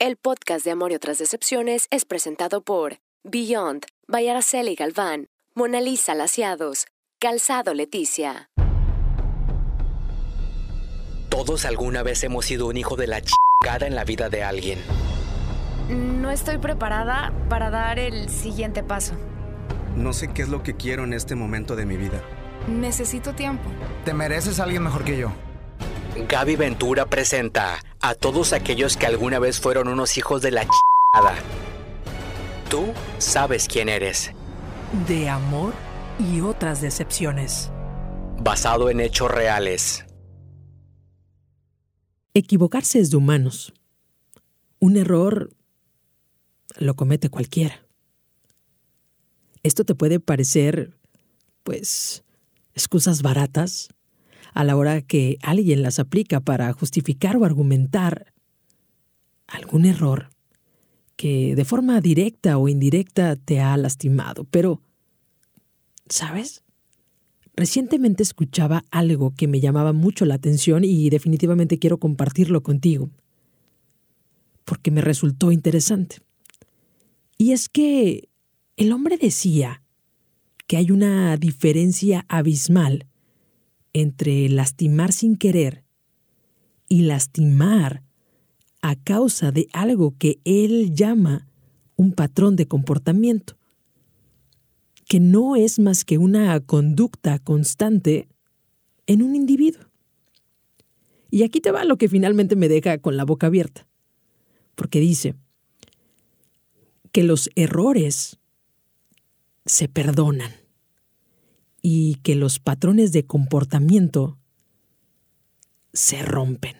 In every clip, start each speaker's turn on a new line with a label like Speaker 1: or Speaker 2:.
Speaker 1: El podcast de Amor y otras decepciones es presentado por Beyond, by Araceli Galván, Mona Lisa Laciados, Calzado Leticia.
Speaker 2: Todos alguna vez hemos sido un hijo de la chingada en la vida de alguien.
Speaker 3: No estoy preparada para dar el siguiente paso.
Speaker 4: No sé qué es lo que quiero en este momento de mi vida.
Speaker 3: Necesito tiempo.
Speaker 5: Te mereces a alguien mejor que yo.
Speaker 2: Gaby Ventura presenta a todos aquellos que alguna vez fueron unos hijos de la chingada. Tú sabes quién eres.
Speaker 6: De Amor y otras decepciones.
Speaker 2: Basado en hechos reales.
Speaker 6: Equivocarse es de humanos. Un error lo comete cualquiera. Esto te puede parecer, excusas baratas a la hora que alguien las aplica para justificar o argumentar algún error que de forma directa o indirecta te ha lastimado. Pero, ¿sabes? Recientemente escuchaba algo que me llamaba mucho la atención y definitivamente quiero compartirlo contigo, porque me resultó interesante. Y es que el hombre decía que hay una diferencia abismal entre lastimar sin querer y lastimar a causa de algo que él llama un patrón de comportamiento, que no es más que una conducta constante en un individuo. Y aquí te va lo que finalmente me deja con la boca abierta, porque dice que los errores se perdonan y que los patrones de comportamiento se rompen.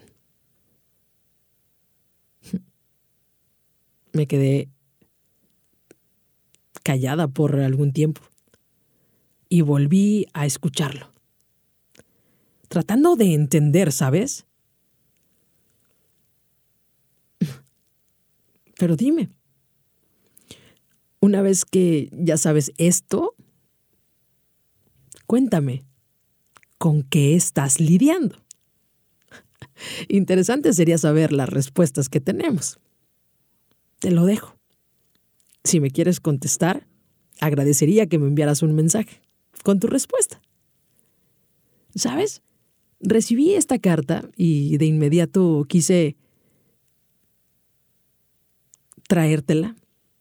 Speaker 6: Me quedé callada por algún tiempo y volví a escucharlo, tratando de entender, ¿sabes? Pero dime, una vez que ya sabes esto, cuéntame, ¿con qué estás lidiando? Interesante sería saber las respuestas que tenemos. Te lo dejo. Si me quieres contestar, agradecería que me enviaras un mensaje con tu respuesta. ¿Sabes? Recibí esta carta y de inmediato quise traértela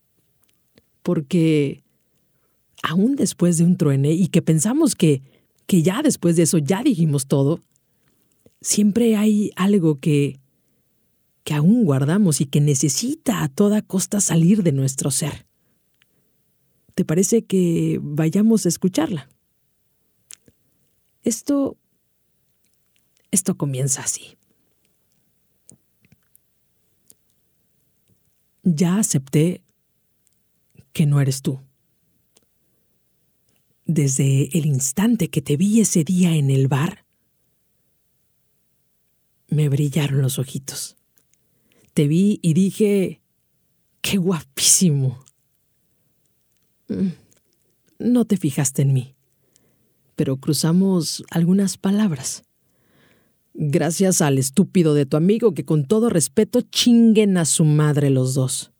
Speaker 6: porque aún después de un truene y que pensamos que ya después de eso ya dijimos todo, siempre hay algo que aún guardamos y que necesita a toda costa salir de nuestro ser. ¿Te parece que vayamos a escucharla? Esto comienza así. Ya acepté que no eres tú. Desde el instante que te vi ese día en el bar, me brillaron los ojitos. Te vi y dije, ¡qué guapísimo! No te fijaste en mí, pero cruzamos algunas palabras. Gracias al estúpido de tu amigo que con todo respeto chinguen a su madre los dos.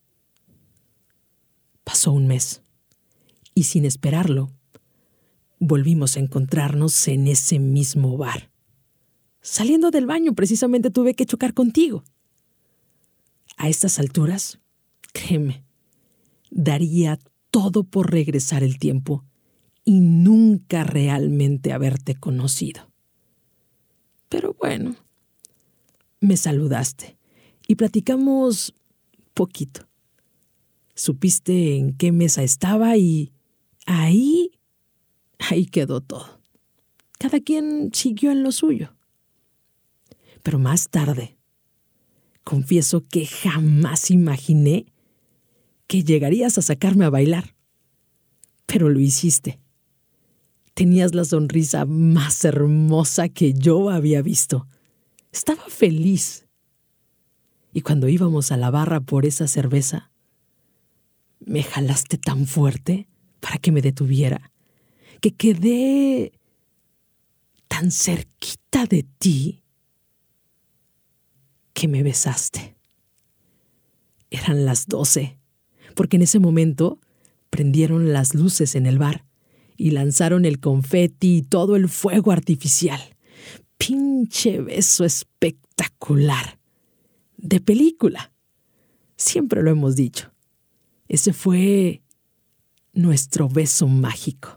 Speaker 6: Pasó un mes y sin esperarlo, volvimos a encontrarnos en ese mismo bar. Saliendo del baño precisamente tuve que chocar contigo. A estas alturas, créeme, daría todo por regresar el tiempo y nunca realmente haberte conocido. Pero bueno, me saludaste y platicamos poquito. Supiste en qué mesa estaba y ahí quedó todo. Cada quien siguió en lo suyo. Pero más tarde, confieso que jamás imaginé que llegarías a sacarme a bailar. Pero lo hiciste. Tenías la sonrisa más hermosa que yo había visto. Estaba feliz. Y cuando íbamos a la barra por esa cerveza, me jalaste tan fuerte para que me detuviera, que quedé tan cerquita de ti que me besaste. Eran las 12, porque en ese momento prendieron las luces en el bar y lanzaron el confeti y todo el fuego artificial. Pinche beso espectacular. De película. Siempre lo hemos dicho. Ese fue nuestro beso mágico.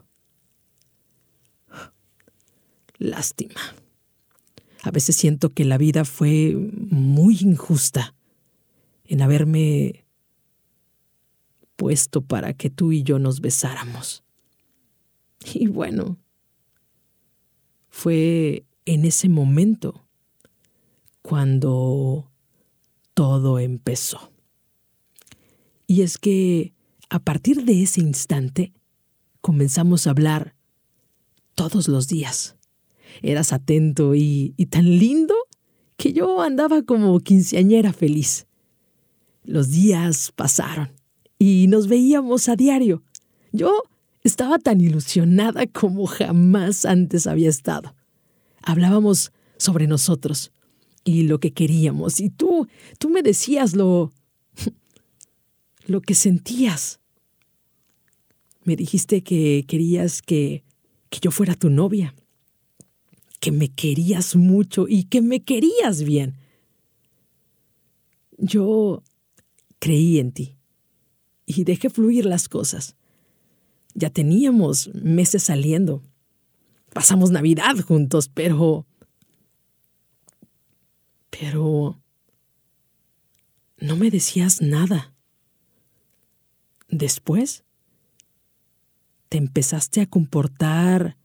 Speaker 6: Lástima. A veces siento que la vida fue muy injusta en haberme puesto para que tú y yo nos besáramos. Y bueno, fue en ese momento cuando todo empezó. Y es que a partir de ese instante comenzamos a hablar todos los días. Eras atento y tan lindo que yo andaba como quinceañera feliz. Los días pasaron y nos veíamos a diario. Yo estaba tan ilusionada como jamás antes había estado. Hablábamos sobre nosotros y lo que queríamos. Y tú me decías lo que sentías. Me dijiste que querías que yo fuera tu novia, que me querías mucho y que me querías bien. Yo creí en ti y dejé fluir las cosas. Ya teníamos meses saliendo. Pasamos Navidad juntos, pero no me decías nada. Después te empezaste a comportar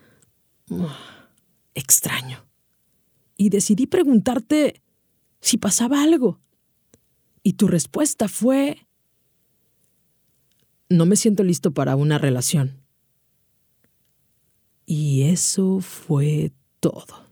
Speaker 6: extraño. Y decidí preguntarte si pasaba algo. Y tu respuesta fue: no me siento listo para una relación. Y eso fue todo.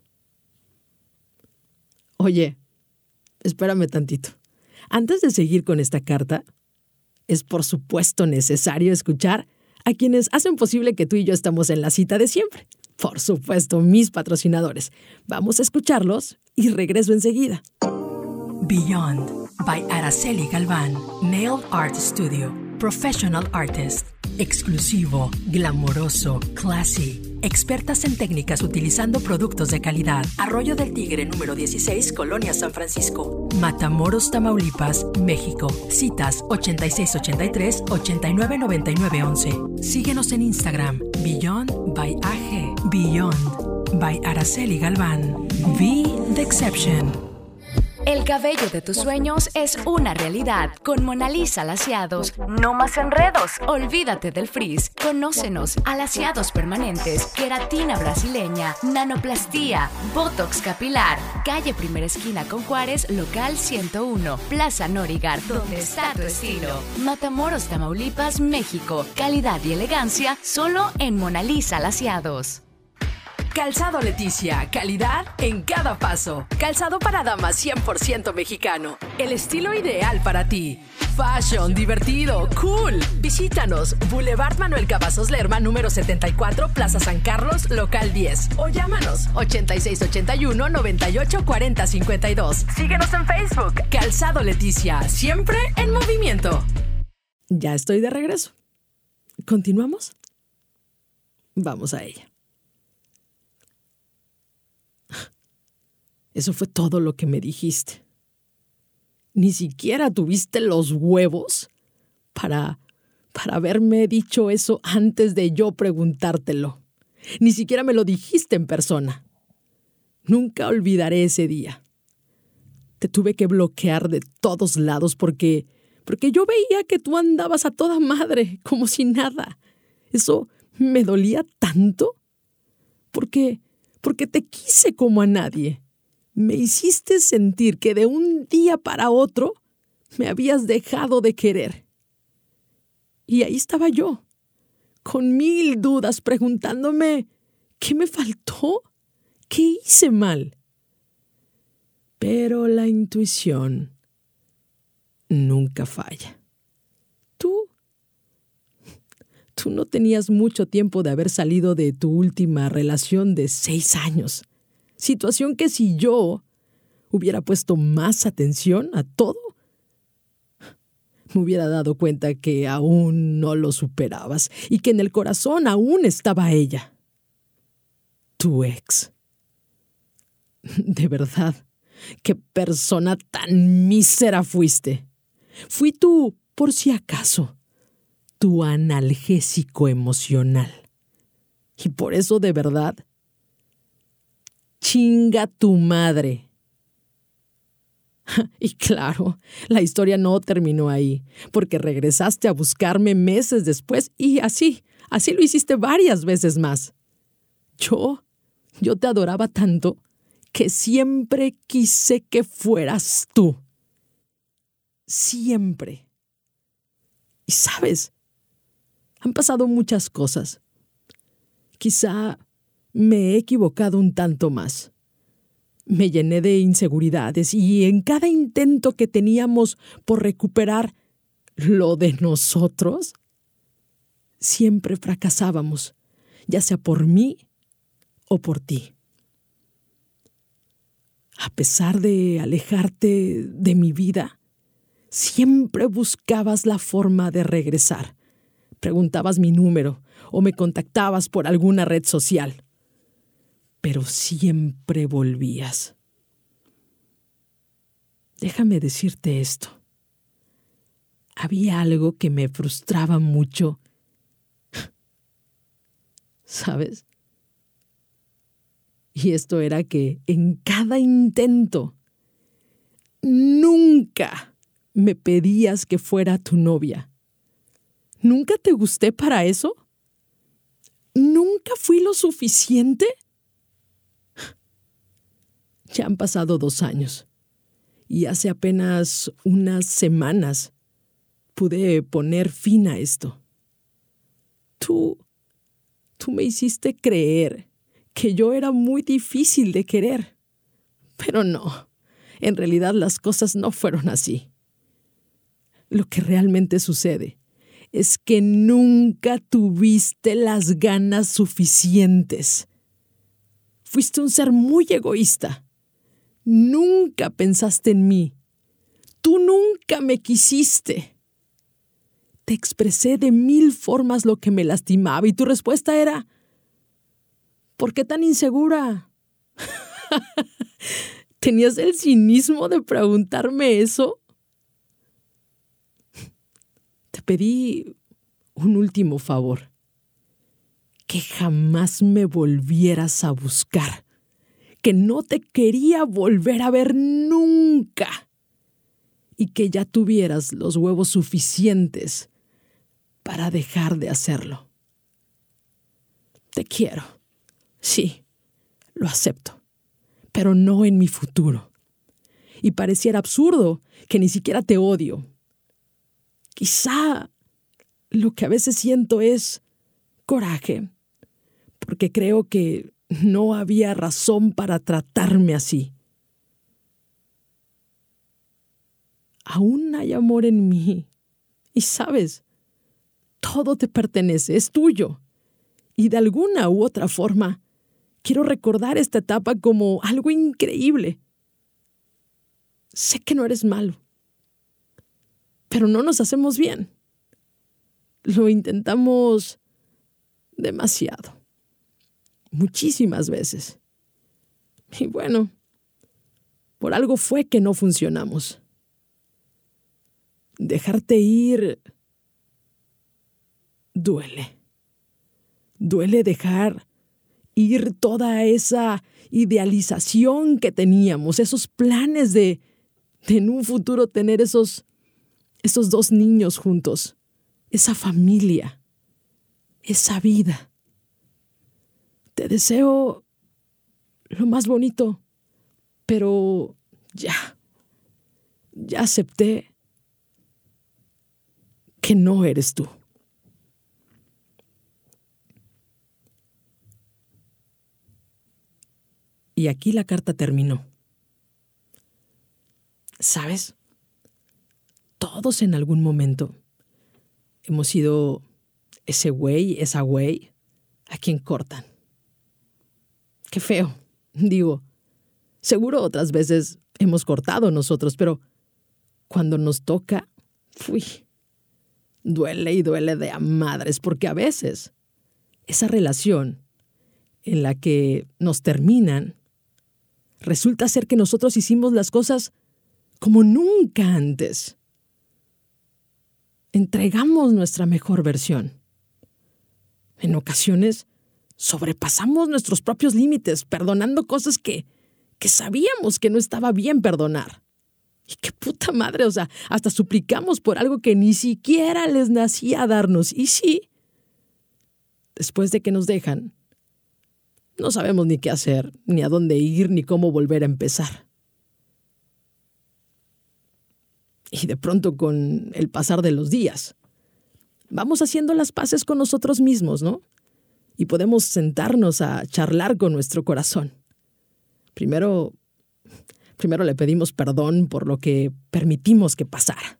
Speaker 6: Oye, espérame tantito. Antes de seguir con esta carta, es por supuesto necesario escuchar a quienes hacen posible que tú y yo estemos en la cita de siempre. Por supuesto, mis patrocinadores. Vamos a escucharlos y regreso enseguida. Beyond by Araceli Galván. Nail Art Studio. Professional Artist. Exclusivo, glamoroso, classy. Expertas en técnicas utilizando productos de calidad. Arroyo del Tigre, número 16, Colonia San Francisco. Matamoros, Tamaulipas, México. Citas 8683-899911. Síguenos en Instagram. Beyond by AG. Beyond by Araceli Galván. Be the exception.
Speaker 1: El cabello de tus sueños es una realidad. Con Monalisa Laciados. No más enredos. Olvídate del frizz. Conócenos. Alaciados permanentes. Queratina brasileña. Nanoplastía. Botox capilar. Calle Primera Esquina con Juárez, local 101. Plaza Norigar, donde está tu estilo. Matamoros, Tamaulipas, México. Calidad y elegancia solo en Monalisa Laciados.
Speaker 6: Calzado Leticia, calidad en cada paso. Calzado para damas 100% mexicano. El estilo ideal para ti. Fashion, divertido, cool. Visítanos, Boulevard Manuel Cavazos Lerma, número 74, Plaza San Carlos, local 10. O llámanos, 8681-984052. Síguenos en Facebook. Calzado Leticia, siempre en movimiento. Ya estoy de regreso. ¿Continuamos? Vamos a ella. Eso fue todo lo que me dijiste. Ni siquiera tuviste los huevos para haberme dicho eso antes de yo preguntártelo. Ni siquiera me lo dijiste en persona. Nunca olvidaré ese día. Te tuve que bloquear de todos lados porque yo veía que tú andabas a toda madre, como si nada. Eso me dolía tanto porque te quise como a nadie. Me hiciste sentir que de un día para otro me habías dejado de querer. Y ahí estaba yo, con 1000 dudas, preguntándome ¿qué me faltó? ¿Qué hice mal? Pero la intuición nunca falla. Tú no tenías mucho tiempo de haber salido de tu última relación de 6 años. Situación que si yo hubiera puesto más atención a todo, me hubiera dado cuenta que aún no lo superabas y que en el corazón aún estaba ella. Tu ex. De verdad, qué persona tan mísera fuiste. Fui tú, por si acaso, tu analgésico emocional. Y por eso, de verdad, chinga tu madre. Y claro, la historia no terminó ahí, porque regresaste a buscarme meses después y así lo hiciste varias veces más. Yo te adoraba tanto que siempre quise que fueras tú. Siempre. Y sabes, han pasado muchas cosas. Quizá me he equivocado un tanto más. Me llené de inseguridades y en cada intento que teníamos por recuperar lo de nosotros, siempre fracasábamos, ya sea por mí o por ti. A pesar de alejarte de mi vida, siempre buscabas la forma de regresar. Preguntabas mi número o me contactabas por alguna red social. Pero siempre volvías. Déjame decirte esto. Había algo que me frustraba mucho. ¿Sabes? Y esto era que en cada intento nunca me pedías que fuera tu novia. ¿Nunca te gusté para eso? ¿Nunca fui lo suficiente? Ya han pasado 2 años y hace apenas unas semanas pude poner fin a esto. Tú me hiciste creer que yo era muy difícil de querer, pero no, en realidad las cosas no fueron así. Lo que realmente sucede es que nunca tuviste las ganas suficientes. Fuiste un ser muy egoísta. Nunca pensaste en mí. Tú nunca me quisiste. Te expresé de 1000 formas lo que me lastimaba y tu respuesta era: ¿por qué tan insegura? ¿Tenías el cinismo de preguntarme eso? Te pedí un último favor: que jamás me volvieras a buscar, que no te quería volver a ver nunca y que ya tuvieras los huevos suficientes para dejar de hacerlo. Te quiero, sí, lo acepto, pero no en mi futuro. Y pareciera absurdo que ni siquiera te odio. Quizá lo que a veces siento es coraje, porque creo que no había razón para tratarme así. Aún hay amor en mí. Y sabes, todo te pertenece, es tuyo. Y de alguna u otra forma, quiero recordar esta etapa como algo increíble. Sé que no eres malo, pero no nos hacemos bien. Lo intentamos demasiado. Muchísimas veces. Y bueno, por algo fue que no funcionamos. Dejarte ir duele. Duele dejar ir toda esa idealización que teníamos, esos planes de en un futuro tener esos 2 niños juntos, esa familia, esa vida. Te deseo lo más bonito, pero ya acepté que no eres tú. Y aquí la carta terminó. ¿Sabes? Todos en algún momento hemos sido ese güey, esa güey, a quien cortan. Qué feo. Digo, seguro otras veces hemos cortado nosotros, pero cuando nos toca, Duele y duele de a madres, porque a veces esa relación en la que nos terminan resulta ser que nosotros hicimos las cosas como nunca antes. Entregamos nuestra mejor versión. En ocasiones sobrepasamos nuestros propios límites, perdonando cosas que sabíamos que no estaba bien perdonar. Y qué puta madre, o sea, hasta suplicamos por algo que ni siquiera les nacía darnos. Y sí, después de que nos dejan, no sabemos ni qué hacer, ni a dónde ir, ni cómo volver a empezar. Y de pronto, con el pasar de los días, vamos haciendo las paces con nosotros mismos, ¿no? Y podemos sentarnos a charlar con nuestro corazón. Primero le pedimos perdón por lo que permitimos que pasara.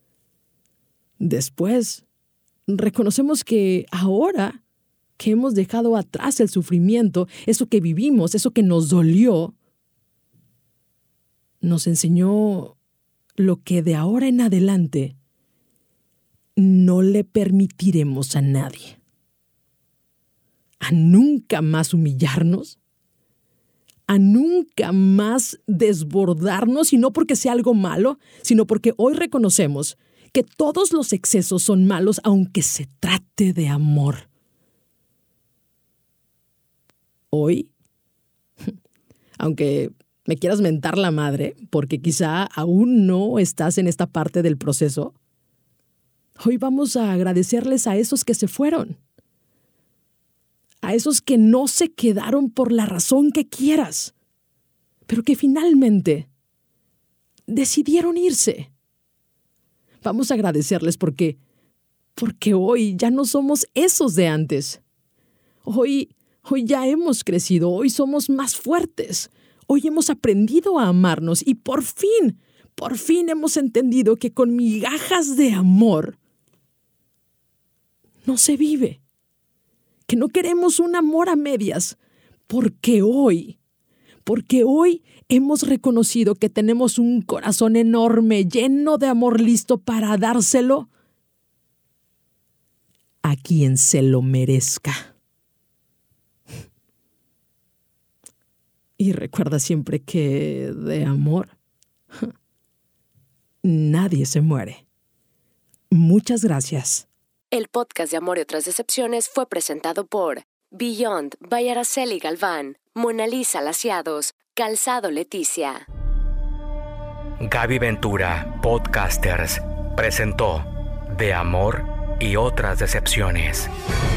Speaker 6: Después, reconocemos que ahora que hemos dejado atrás el sufrimiento, eso que vivimos, eso que nos dolió, nos enseñó lo que de ahora en adelante no le permitiremos a nadie. A nunca más humillarnos, a nunca más desbordarnos, y no porque sea algo malo, sino porque hoy reconocemos que todos los excesos son malos, aunque se trate de amor. Hoy, aunque me quieras mentar la madre, porque quizá aún no estás en esta parte del proceso, hoy vamos a agradecerles a esos que se fueron, a esos que no se quedaron por la razón que quieras, pero que finalmente decidieron irse. Vamos a agradecerles porque hoy ya no somos esos de antes. Hoy ya hemos crecido, hoy somos más fuertes, hoy hemos aprendido a amarnos y por fin hemos entendido que con migajas de amor no se vive. Que no queremos un amor a medias, porque hoy hemos reconocido que tenemos un corazón enorme, lleno de amor, listo para dárselo a quien se lo merezca. Y recuerda siempre que de amor nadie se muere. Muchas gracias.
Speaker 1: El podcast de Amor y otras decepciones fue presentado por Beyond by Araceli Galván, Mona Lisa Laciados, Calzado Leticia.
Speaker 2: Gaby Ventura, Podcasters, presentó De Amor y otras decepciones.